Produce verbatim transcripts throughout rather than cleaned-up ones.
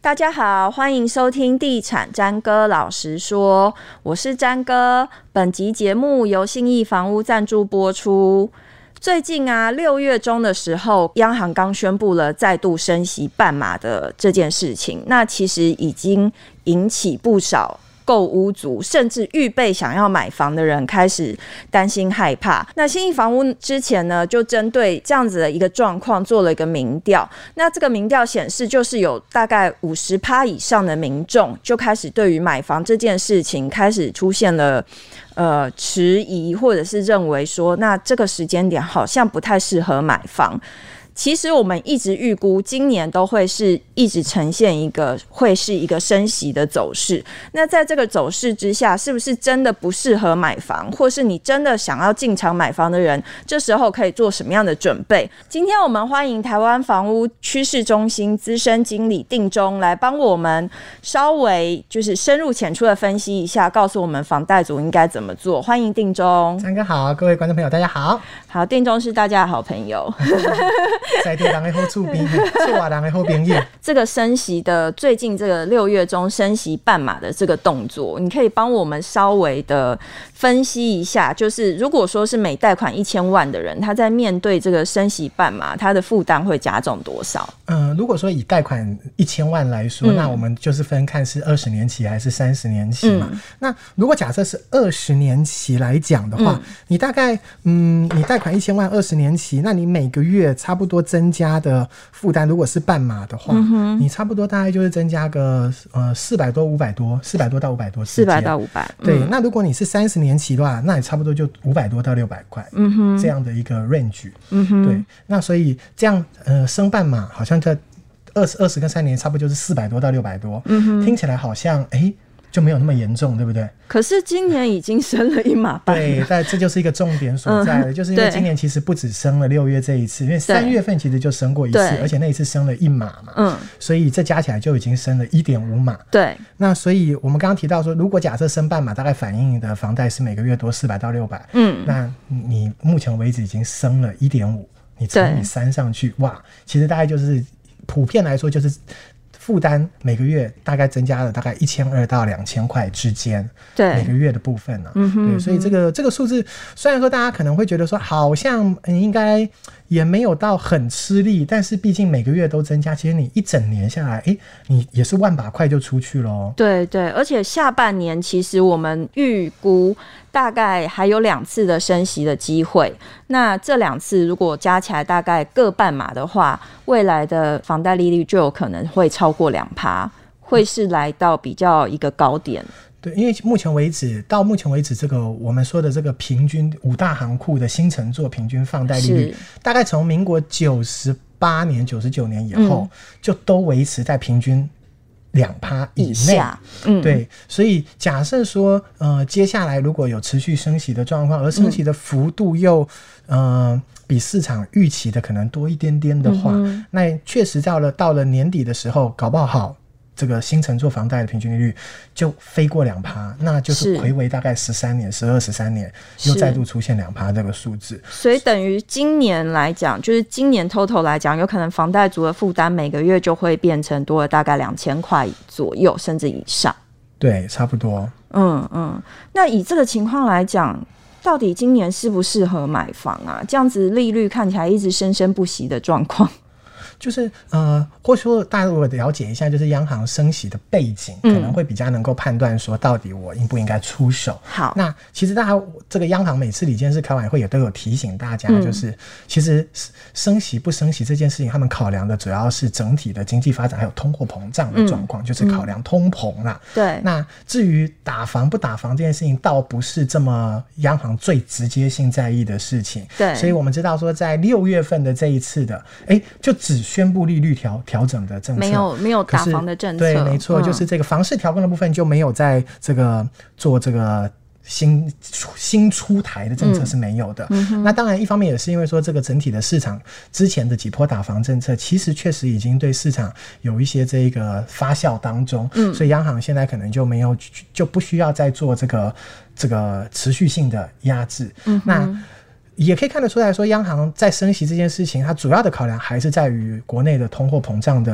大家好，欢迎收听地产詹哥老实说，我是詹哥。本集节目由信义房屋赞助播出。最近啊，六月中的时候，央行刚宣布了再度升息半码的这件事情，那其实已经引起不少购屋族甚至预备想要买房的人开始担心害怕。那信义房屋之前呢，就针对这样子的一个状况做了一个民调。那这个民调显示，就是有大概 百分之五十 以上的民众就开始对于买房这件事情开始出现了呃迟疑，或者是认为说，那这个时间点好像不太适合买房。其实我们一直预估今年都会是一直呈现一个会是一个升息的走势。那在这个走势之下，是不是真的不适合买房，或是你真的想要进场买房的人，这时候可以做什么样的准备？今天我们欢迎台湾房屋趋势中心资深经理定中来帮我们稍微就是深入浅出的分析一下，告诉我们房贷族应该怎么做。欢迎定中。 詹哥好，各位观众朋友大家好。 好，定中是大家的好朋友。 在地人的好厝边，厝外人的好朋友。 这个升息的最近这个六月中升息半码的这个动作，你可以帮我们稍微的分析一下，就是如果说是每贷款一千万的人，他在面对这个升息半码，他的负担会加重多少？ 嗯、呃，如果说以贷款一千万来说、嗯，那我们就是分看是二十年期还是三十年期嘛、嗯。那如果假设是二十年期来讲的话、嗯，你大概嗯，你贷款一千万二十年期，那你每个月差不多增加的负担，如果是半码的话、嗯，你差不多大概就是增加个呃四百多五百多，四百多到五百多之间， 四百到五百。 对、嗯，那如果你是三十年期的话，那你差不多就五百多到六百块，嗯哼，这样的一个 range。嗯哼，对，那所以这样呃升半码，好像在二十二十跟三年差不多就是四百多到六百多，嗯哼，听起来好像哎、欸、就没有那么严重，对不对？ 可是今年已经升了一码半， 对，但这就是一个重点所在的、嗯、就是因为今年其实不止升了六月这一次，因为三月份其实就升过一次，而且那一次升了一码嘛，嗯，所以这加起来就已经升了 一点五码。 对， 那所以我们刚刚提到说，如果假设升半码，大概反映你的房贷是每个月多四百到六百，嗯，那你目前为止已经升了 一点五，你乘以三上去，哇，其实大概就是普遍来说就是负担每个月大概增加了大概一千二到两千块之间，对，每个月的部分呢、啊嗯，对，所以这个这个数字虽然说大家可能会觉得说好像、嗯、应该也没有到很吃力，但是毕竟每个月都增加，其实你一整年下来，哎，你也是万把块就出去咯。 对对，而且下半年其实我们预估大概还有两次的升息的机会，那这两次如果加起来大概各半码的话，未来的房贷利率就有可能会超过 百分之二， 会是来到比较一个高点。 对，因为目前为止，到目前为止，这个我们说的这个平均五大行库的新成作平均放贷利率，大概从民国九十八年、九十九年以后、嗯，就都维持在平均两趴以内，嗯，对，所以假设说，呃，接下来如果有持续升息的状况，而升息的幅度又，嗯、呃，比市场预期的可能多一点点的话，嗯、那确实到了到了年底的时候，搞不好这个新成作房贷的平均利率就飞过两趴，那就是睽违大概十三年、十二、十三年，又再度出现两趴这个数字。 所以等于今年来讲，就是今年 total 来讲，有可能房贷族的负担每个月就会变成多了大概两千块左右，甚至以上。 对，差不多。 嗯嗯，那以这个情况来讲，到底今年适不适合买房啊？这样子利率看起来一直生生不息的状况。 就是呃，或者说大家如果了解一下，就是央行升息的背景，可能会比较能够判断说，到底我应不应该出手。好，那其实大家这个央行每次理监事开完会也都有提醒大家，就是、嗯、其实升息不升息这件事情，他们考量的主要是整体的经济发展还有通货膨胀的状况、嗯，就是考量通膨啦。对、嗯，那至于打房不打房这件事情，倒不是这么央行最直接性在意的事情。对，所以我们知道说，在六月份的这一次的，哎，就只宣布利率调调整的政策， 没有没有打房的政策， 对，没错、嗯，就是这个房市调控的部分就没有在这个做这个新新出台的政策是没有的、嗯、那当然一方面也是因为说这个整体的市场之前的几波打房政策其实确实已经对市场有一些这个发酵当中、嗯、所以央行现在可能就没有就不需要再做这个这个持续性的压制、嗯、那也可以看得出来说央行在升息这件事情它主要的考量还是在于国内的通货膨胀的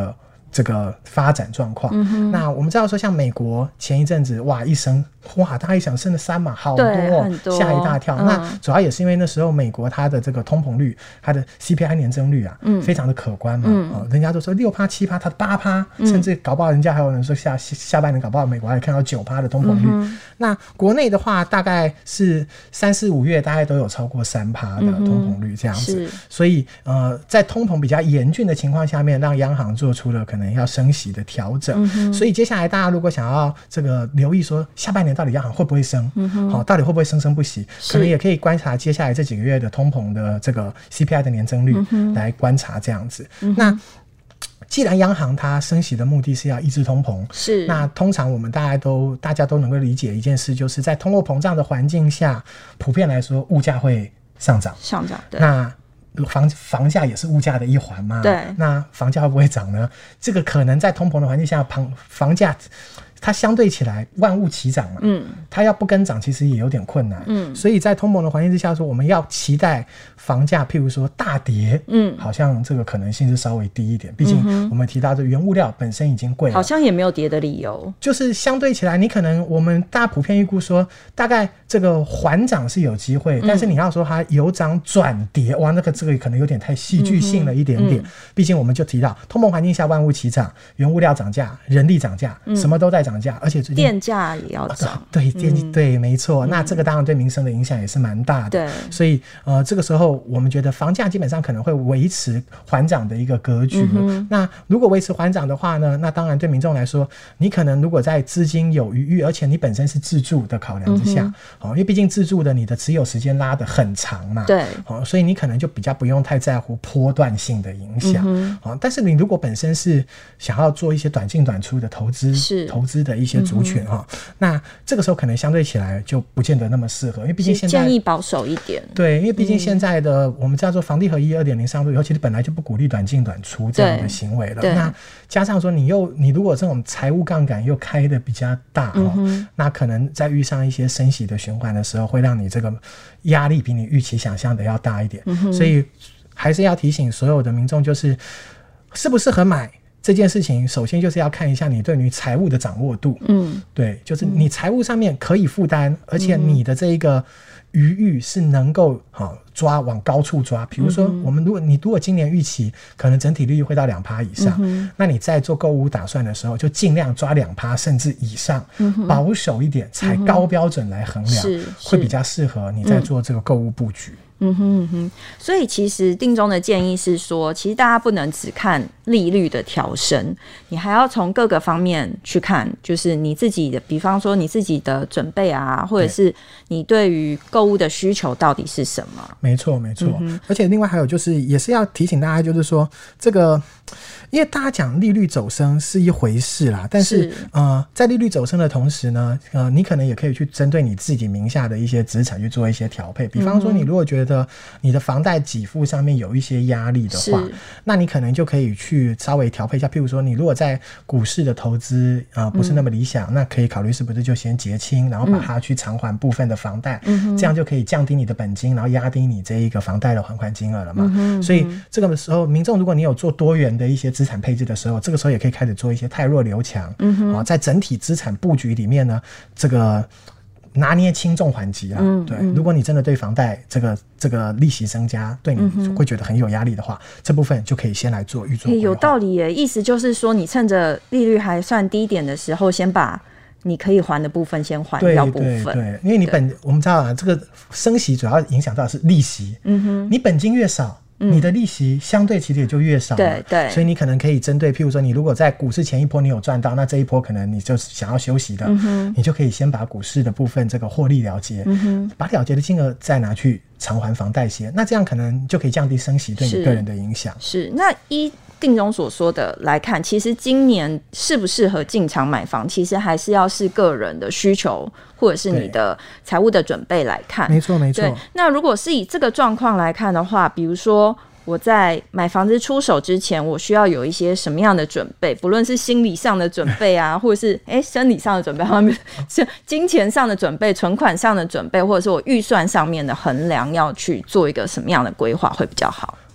这个发展状况、嗯、那我们知道说像美国前一阵子哇一升哇大家一想升了三嘛好多吓一大跳、嗯、那主要也是因为那时候美国它的这个通膨率它的 C P I 年增率啊、嗯、非常的可观嘛、嗯哦、人家都说 百分之六 百分之七 它的 百分之八、嗯、甚至搞不好人家还有人说下下半年搞不好美国还看到 百分之九 的通膨率、嗯、那国内的话大概是三四五月大概都有超过 百分之三 的通膨率这样子、嗯、所以呃在通膨比较严峻的情况下面让央行做出了可能要升息的调整、嗯、所以接下来大家如果想要这个留意说下半年到底央行会不会升、嗯哦、到底会不会升升不息，可能也可以观察接下来这几个月的通膨的这个 C P I 的年增率来观察这样子、嗯、那既然央行它升息的目的是要抑制通膨，是那通常我们大家都大家都能够理解一件事，就是在通货膨胀的环境下普遍来说物价会上涨上涨，对， 那房房价也是物价的一环嘛， 对， 那房价会不会涨呢？这个可能在通膨的环境下房房价它相对起来万物齐涨嘛，嗯，它要不跟涨其实也有点困难，嗯，所以在通膨的环境之下说我们要期待房价譬如说大跌，嗯，好像这个可能性是稍微低一点，毕竟我们提到的原物料本身已经贵了， 好像也没有跌的理由， 就是相对起来你可能我们大家普遍预估说大概这个缓涨是有机会、嗯、但是你要说它由涨转跌，哇那个这个可能有点太戏剧性了一点点、嗯嗯、毕竟我们就提到通膨环境下万物齐涨，原物料涨价，人力涨价、嗯、什么都在涨价，而且最近电价也要涨、啊、 对电、嗯、对没错、嗯、那这个当然对民生的影响也是蛮大的，对，所以呃这个时候我们觉得房价基本上可能会维持缓涨的一个格局、嗯、那如果维持缓涨的话呢，那当然对民众来说你可能如果在资金有余裕，而且你本身是自住的考量之下、嗯哦、因为毕竟自住的你的持有时间拉得很长嘛，对、哦、所以你可能就比较不用太在乎波段性的影响、嗯哦、但是你如果本身是想要做一些短进短出的投资是投资的一些族群、嗯哦、那这个时候可能相对起来就不见得那么适合，因为毕竟现在建议保守一点， 对，因为毕竟现在的、嗯、我们叫做房地合一 二点零 上路以后，其实本来就不鼓励短进短出这样的行为了，那加上说你又你如果这种财务杠杆又开的比较大、哦嗯、那可能在遇上一些升息的循环的时候会让你这个压力比你预期想象的要大一点、嗯、所以还是要提醒所有的民众，就是适不适合买这件事情首先就是要看一下你对于财务的掌握度，嗯，对，就是你财务上面可以负担、嗯、而且你的这一个余裕是能够、哦、抓往高处抓，比如说我们如果你如果今年预期可能整体利率会到 百分之二 以上、嗯、那你在做购物打算的时候就尽量抓 百分之二 甚至以上、嗯、保守一点，采高标准来衡量、嗯、会比较适合你在做这个购物布局。 嗯哼嗯哼，所以其实定中的建议是说，其实大家不能只看利率的调升，你还要从各个方面去看，就是你自己的，比方说你自己的准备啊，或者是你对于购物的需求到底是什么。 没错没错、嗯、而且另外还有就是也是要提醒大家，就是说这个因为大家讲利率走升是一回事啦，但是, 是呃，在利率走升的同时呢，呃，你可能也可以去针对你自己名下的一些资产去做一些调配，比方说你如果觉得你的房贷给付上面有一些压力的话，那你可能就可以去稍微调配一下，譬如说你如果在股市的投资、呃、不是那么理想、嗯、那可以考虑是不是就先结清，然后把它去偿还部分的房贷、嗯、这样就可以降低你的本金，然后压低你这一个房贷的还款金额了嘛、嗯、所以这个时候民众如果你有做多元的一些资产配置的时候，这个时候也可以开始做一些汰弱留强、嗯哦、在整体资产布局里面呢，这个拿捏轻重缓急啊、嗯，对、嗯，如果你真的对房贷这个这个利息增加对你会觉得很有压力的话、嗯、这部分就可以先来做预做规划。 有道理耶，意思就是说你趁着利率还算低点的时候，先把你可以还的部分先还掉部分。对对对， 因为你本我们知道啊，这个升息主要影响到的是利息，嗯哼，你本金越少，你的利息相对其实也就越少、嗯、对对，所以你可能可以针对譬如说你如果在股市前一波你有赚到，那这一波可能你就是想要休息的、嗯、你就可以先把股市的部分这个获利了结、嗯、把了结的金额再拿去偿还房贷些，那这样可能就可以降低升息对你个人的影响。 是, 是那依定中所说的来看，其实今年适不适合进场买房其实还是要是个人的需求或者是你的财务的准备来看。 没错没错。 那如果是以这个状况来看的话，比如说我在买房子出手之前我需要有一些什么样的准备，不论是心理上的准备啊或者是诶生理上的准备，是金钱上的准备，存款上的准备，或者是我预算上面的衡量，要去做一个什么样的规划会比较好？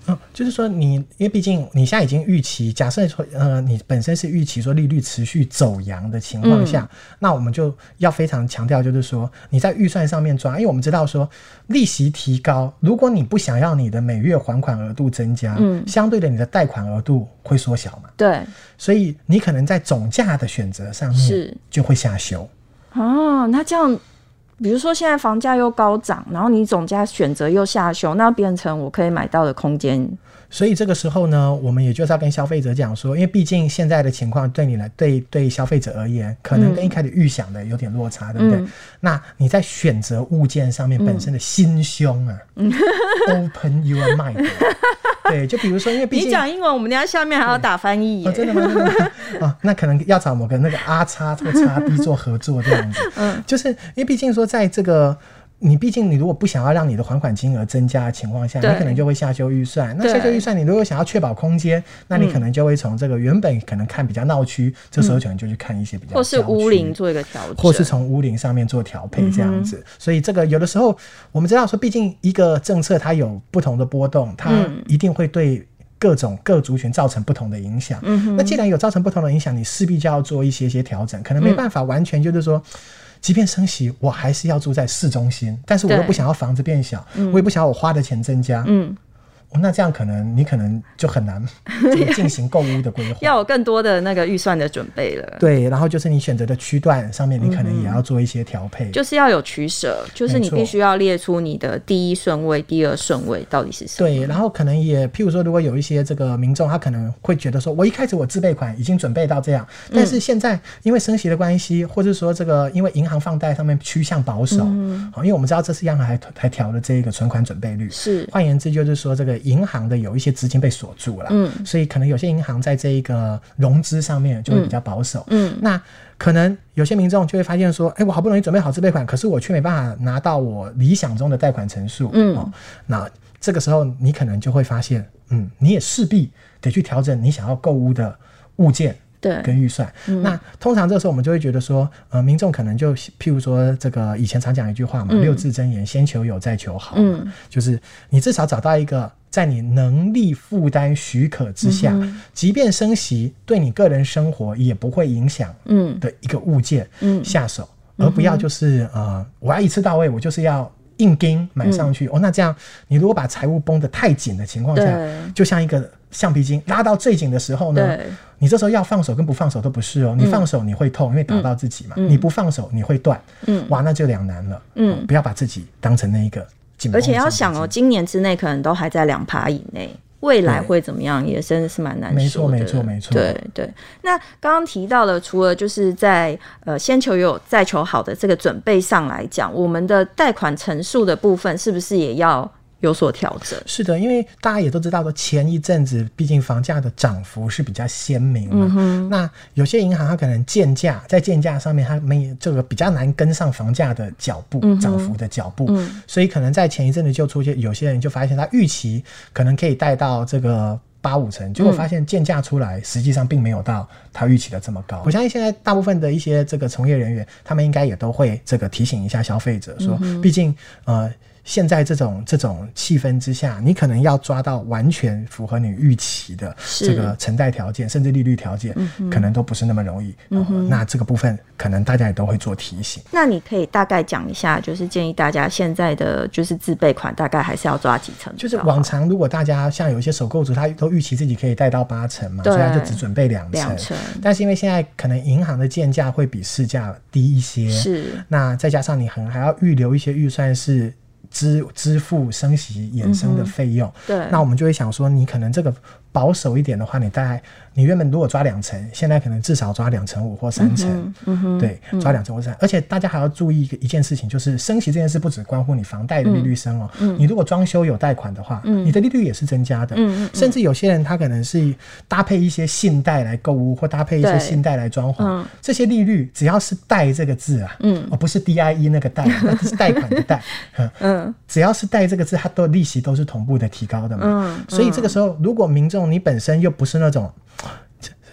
嗯，就是说你，因为毕竟你现在已经预期，假设说，呃，你本身是预期说利率持续走扬的情况下，嗯、那我们就要非常强调，就是说你在预算上面抓，因为我们知道说利息提高，如果你不想要你的每月还款额度增加，嗯，相对的你的贷款额度会缩小嘛， 对， 所以你可能在总价的选择上面就会下修。 哦，那这样。比如说现在房价又高涨，然后你总价选择又下修，那变成我可以买到的空间。 所以这个时候呢，我们也就是要跟消费者讲说，因为毕竟现在的情况对你来对对消费者而言，可能跟一开始预想的有点落差，嗯、对不对？嗯、那你在选择物件上面本身的心胸啊、嗯、，open your mind。对，就比如说，因为毕竟你讲英文，我们家下面还要打翻译耶、 哦。真的吗？真的吗？哦，那可能要找某个那个阿叉或叉 D 做合作这样子。嗯，就是因为毕竟说，在这个你毕竟你如果不想要让你的还款金额增加的情况下，你可能就会下修预算。那下修预算，你如果想要确保空间，那你可能就会从这个原本可能看比较闹区，嗯、这时候可能就去看一些比较， 或是屋龄做一个调整， 或是从屋龄上面做调配这样子。嗯、所以这个有的时候我们知道说，毕竟一个政策它有不同的波动，它一定会对各种各族群造成不同的影响。嗯、那既然有造成不同的影响，你势必就要做一些些调整，可能没办法完全就是说。即便升息，我还是要住在市中心，但是我又不想要房子变小，我也不想要我花的钱增加。嗯，哦、那这样可能你可能就很难进行购屋的规划， 要有更多的那个预算的准备了。 对，然后就是你选择的区段上面，你可能也要做一些调配、嗯， 就是要有取舍，就是你必须要列出你的第一顺位、第二顺位到底是什么。 对，然后可能也譬如说，如果有一些这个民众，他可能会觉得说，我一开始我自备款已经准备到这样，但是现在因为升息的关系，或者说这个因为银行放贷上面趋向保守，嗯、因为我们知道这次央行还还调了这个存款准备率，是换言之就是说这个银行的有一些资金被锁住了，嗯，所以可能有些银行在这一个融资上面就会比较保守，嗯，嗯那可能有些民众就会发现说，哎，我好不容易准备好自备款，可是我却没办法拿到我理想中的贷款成数，嗯、哦，那这个时候你可能就会发现，嗯，你也势必得去调整你想要购屋的物件。对，跟预算、嗯，那通常这时候我们就会觉得说，呃，民众可能就譬如说，这个以前常讲一句话嘛，嗯、六字真言，先求有，再求好，嗯，就是你至少找到一个在你能力负担许可之下，嗯、即便升息对你个人生活也不会影响的一个物件下手，嗯、而不要就是呃，我要一次到位，我就是要硬盯买上去、嗯、哦，那这样你如果把财务绷得太紧的情况下，就像一个橡皮筋拉到最紧的时候呢，你这时候要放手跟不放手都不是哦，你放手你会痛，因为打到自己嘛，嗯、你不放手你会断，嗯，哇，那就两难了，嗯、哦，不要把自己当成那一个紧绷， 而且要想哦，今年之内可能都还在两趴以内。未来会怎么样也真的是蛮难说的。没错没错没错。对对。那刚刚提到了，除了就是在呃先求有再求好的这个准备上来讲，我们的贷款成数的部分是不是也要有所调整？是的， 因为大家也都知道说，前一阵子毕竟房价的涨幅是比较鲜明嘛、嗯、那有些银行它可能建价在建价上面它没这个比较难跟上房价的脚步、嗯、涨幅的脚步、嗯、所以可能在前一阵子就出现有些人就发现他预期可能可以贷到这个八五成，结果发现建价出来、嗯、实际上并没有到他预期的这么高。我相信现在大部分的一些这个从业人员他们应该也都会这个提醒一下消费者说，毕竟呃现在这种这种气氛之下，你可能要抓到完全符合你预期的这个承贷条件甚至利率条件、嗯、可能都不是那么容易、嗯呃、那这个部分可能大家也都会做提醒。 那你可以大概讲一下，就是建议大家现在的就是自备款大概还是要抓几成？ 就是往常如果大家像有一些首购族他都预期自己可以贷到八成嘛，所以他就只准备两成, 两成但是因为现在可能银行的建价会比市价低一些，是那再加上你可能还要预留一些预算是支支付升息衍生的费用、嗯、对，那我们就会想说，你可能这个保守一点的话，你大概你原本如果抓两成，现在可能至少抓两成五或三成、嗯嗯，对，抓两成或三、嗯。而且大家还要注意一件事情，就是升息这件事不只关乎你房贷的利率升哦、嗯，你如果装修有贷款的话、嗯，你的利率也是增加的，嗯嗯、甚至有些人他可能是搭配一些信贷来购物，或搭配一些信贷来装潢、嗯，这些利率只要是贷这个字啊，嗯，而不是 D I E 那个贷，那是贷款的贷，嗯，只要是贷这个字，它的利息都是同步的提高的嘛，嗯，所以这个时候如果民众你本身又不是那种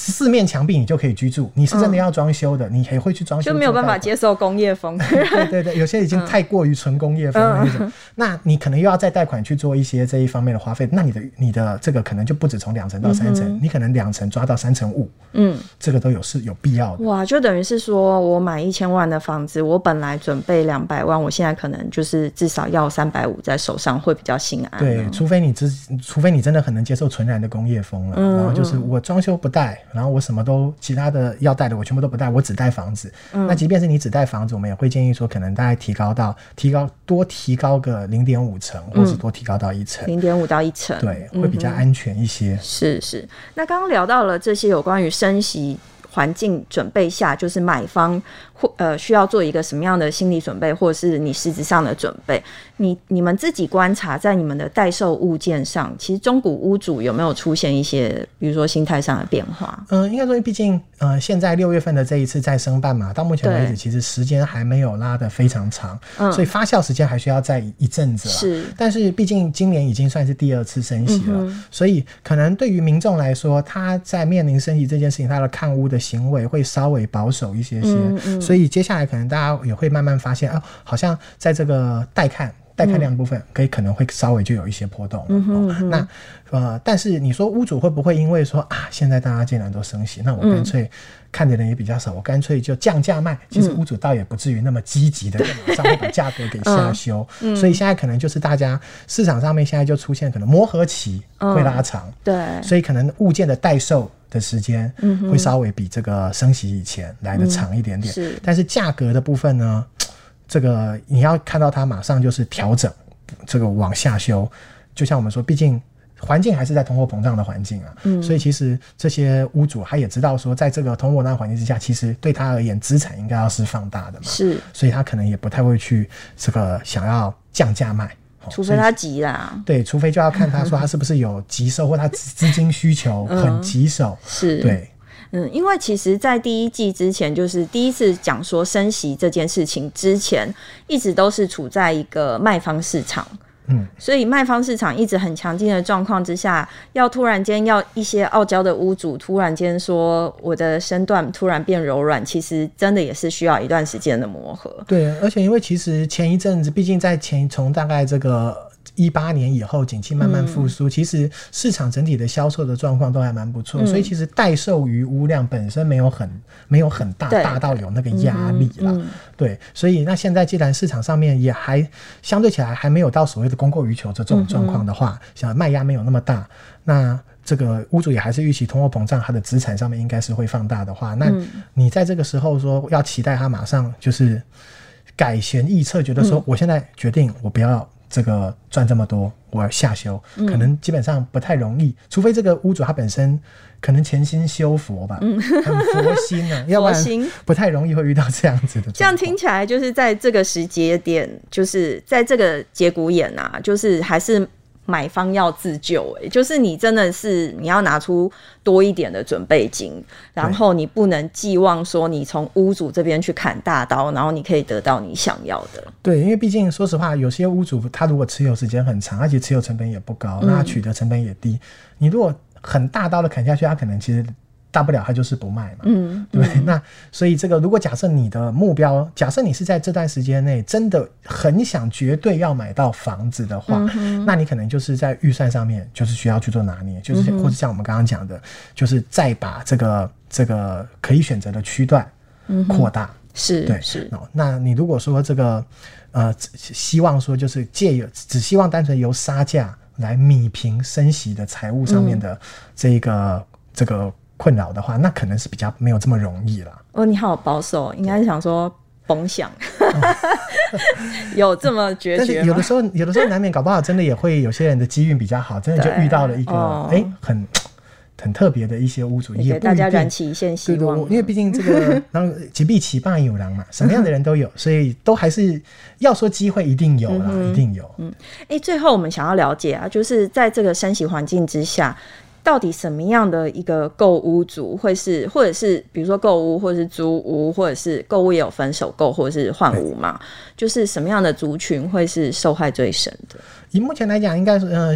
四面墙壁你就可以居住，你是真的要装修的、嗯、你也会去装修， 就没有办法接受工业风对对对，有些已经太过于纯工业风的那种、嗯、那你可能又要再贷款去做一些这一方面的花费，那你的你的这个可能就不止从两层到三层、嗯、你可能两层抓到三层五，嗯，这个都有是有必要的。 哇，就等于是说我买一千万的房子，我本来准备两百万，我现在可能就是至少要三百五在手上会比较心安。 对，除非你除非你真的很能接受纯然的工业风了、嗯、然后就是我装修不贷，然后我什么都其他的要贷的我全部都不贷，我只贷房子、嗯、那即便是你只贷房子，我们也会建议说可能大概提高到提高多提高个零点五成，或是多提高到一成， 零点五到一成， 对，会比较安全一些、嗯、 是是。那刚刚聊到了这些有关于升息环境准备下，就是买方或呃需要做一个什么样的心理准备，或者是你实质上的准备。你你们自己观察，在你们的代售物件上，其实中古屋主有没有出现一些，比如说心态上的变化？ 嗯、呃，应该说，毕竟呃，现在六月份的这一次再升办嘛，到目前为止，其实时间还没有拉得非常长，所以发酵时间还需要再一阵子了。是，但是毕竟今年已经算是第二次升息了，嗯、所以可能对于民众来说，他在面临升息这件事情，他的看屋的行为会稍微保守一些些，嗯嗯、所以接下来可能大家也会慢慢发现，哦，好像在这个带看。带看量的部分可以可能会稍微就有一些波动了、嗯哼嗯哼哦、那呃，但是你说屋主会不会因为说啊，现在大家既然都升息，那我干脆、嗯、看的人也比较少，我干脆就降价卖，其实屋主倒也不至于那么积极的马上会把价格给下修、嗯、所以现在可能就是大家市场上面现在就出现可能磨合期会拉长、嗯、对，所以可能物件的代售的时间会稍微比这个升息以前来的长一点点、嗯、是，但是价格的部分呢，这个你要看到它马上就是调整，这个往下修，就像我们说，毕竟环境还是在通货膨胀的环境啊、嗯，所以其实这些屋主他也知道说，在这个通货膨胀环境之下，其实对他而言资产应该要是放大的嘛，是，所以他可能也不太会去这个想要降价卖， 除非他急啦， 对，除非就要看他说他是不是有急售或他资金需求很棘手、嗯、是，对。 嗯，因为其实在第一季之前，就是第一次讲说升息这件事情之前，一直都是处在一个卖方市场，嗯，所以卖方市场一直很强劲的状况之下，要突然间要一些傲娇的屋主突然间说我的身段突然变柔软，其实真的也是需要一段时间的磨合。 对，而且因为其实前一阵子，毕竟在前从大概这个一八年以后景气慢慢复苏、嗯、其实市场整体的销售的状况都还蛮不错、嗯、所以其实代售余屋量本身没有很没有很大大到有那个压力啦、嗯嗯、对，所以那现在既然市场上面也还相对起来还没有到所谓的供过于求这种状况的话、嗯、像卖压没有那么大，那这个屋主也还是预期通货膨胀它的资产上面应该是会放大的话，那你在这个时候说要期待它马上就是改弦易辙，觉得说我现在决定我不要这个赚这么多我要下修、嗯、可能基本上不太容易，除非这个屋主他本身可能潜心修佛吧、嗯、很佛心啊要不然不太容易会遇到这样子的状况。 这样听起来就是在这个时节点，就是在这个节骨眼啊，就是还是买方要自救、欸、就是你真的是你要拿出多一点的准备金，然后你不能寄望说你从屋主这边去砍大刀，然后你可以得到你想要的。 对，因为毕竟说实话，有些屋主他如果持有时间很长，而且持有成本也不高、嗯、那他取得成本也低，你如果很大刀的砍下去，他可能其实大不了他就是不卖嘛，嗯，对、嗯、那所以这个如果假设你的目标，假设你是在这段时间内真的很想绝对要买到房子的话、嗯、那你可能就是在预算上面就是需要去做拿捏，就是、嗯、或是像我们刚刚讲的，就是再把这个这个可以选择的区段扩大、嗯、是，对，是、哦、那你如果说这个呃希望说就是借由只希望单纯由杀价来弭平升息的财务上面的这个、嗯、这个困扰的话，那可能是比较没有这么容易啦。 哦，你好保守，应该是想说甭想、哦、有这么决绝吗？但是有的时候有的时候难免搞不好真的也会有些人的机运比较好，真的就遇到了一个哎、哦欸、很很特别的一些屋主，也给大家燃起一线希望。 因为毕竟这个然后几壁起半有狼嘛，什么样的人都有，所以都还是要说机会一定有啦、嗯、一定有。嗯， 哎、欸，最后我们想要了解啊，就是在这个升息环境之下，到底什么样的一个购屋族会是，或者是比如说购屋，或者是租屋，或者是购屋也有分首购或者是换屋嘛？就是什么样的族群会是受害最深的？ 以目前来讲，应该是呃，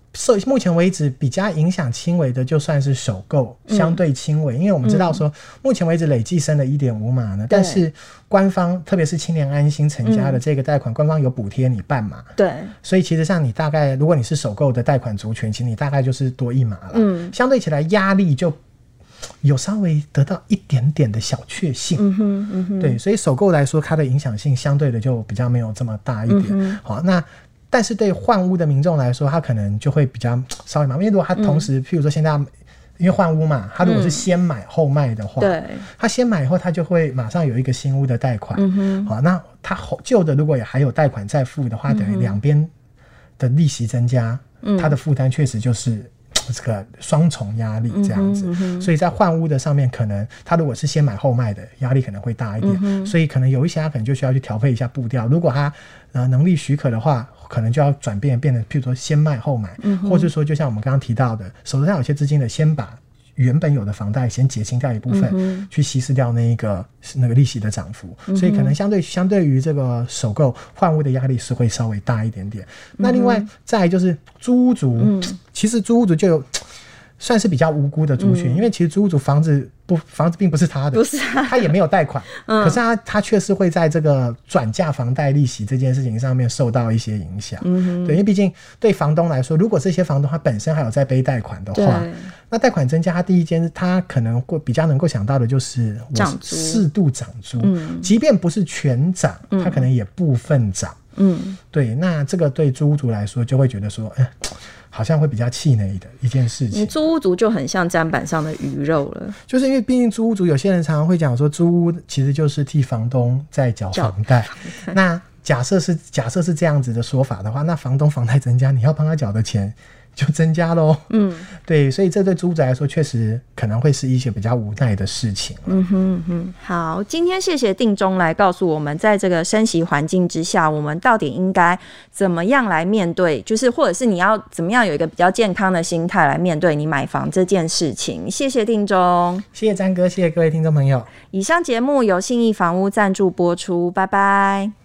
受目前为止比较影响轻微的就算是首购，相对轻微、嗯、因为我们知道说目前为止累计升了 一点五码呢，但是官方特别是青年安心成家的这个贷款、嗯、官方有补贴你半码， 对， 所以其实上你大概如果你是首购的贷款族群，其实你大概就是多一码了、嗯、相对起来压力就有稍微得到一点点的小确幸、嗯哼嗯哼，对，所以首购来说它的影响性相对的就比较没有这么大一点、嗯、好，那但是对换屋的民众来说他可能就会比较稍微麻烦，因为如果他同时、嗯、譬如说现在因为换屋嘛，他如果是先买后卖的话、嗯、他先买以后他就会马上有一个新屋的贷款、嗯、好，那他旧的如果也还有贷款再付的话、嗯、等于两边的利息增加、嗯、他的负担确实就是这个双重压力这样子、嗯嗯、所以在换屋的上面可能他如果是先买后卖的压力可能会大一点、嗯、所以可能有一些他可能就需要去调配一下步调，如果他、呃、能力许可的话可能就要转变变得譬如说先卖后买、嗯、或者说就像我们刚刚提到的手头上有些资金的先把原本有的房贷先结清掉一部分、嗯、去稀释掉那一个那个利息的涨幅、嗯、所以可能相对相对于这个首购换屋的压力是会稍微大一点点、嗯、那另外再来就是租屋族、嗯、其实租屋族就有算是比较无辜的族群、嗯、因为其实租屋族房子不房子并不是他的， 不是他他也没有贷款、嗯、可是他他确实会在这个转嫁房贷利息这件事情上面受到一些影响、嗯、对，因为毕竟对房东来说，如果这些房东他本身还有在背贷款的话，那贷款增加他第一件他可能会比较能够想到的就是我适度涨租、嗯、即便不是全涨、嗯、他可能也部分涨，嗯，对，那这个对租屋族来说就会觉得说、哎好像会比较气馁的一件事情。 你租屋族就很像砧板上的鱼肉了， 就是因为毕竟租屋族有些人常常会讲说租屋其实就是替房东在缴房贷，那假设是假设是这样子的说法的话，那房东房贷增加，你要帮他缴的钱就增加咯。嗯，对，所以这对租者来说确实可能会是一些比较无奈的事情。 嗯哼哼，好，今天谢谢定中来告诉我们，在这个升息环境之下，我们到底应该怎么样来面对，就是或者是你要怎么样有一个比较健康的心态来面对你买房这件事情。谢谢定中， 谢谢詹哥，谢谢各位听众朋友。 以上节目由信义房屋赞助播出，拜拜。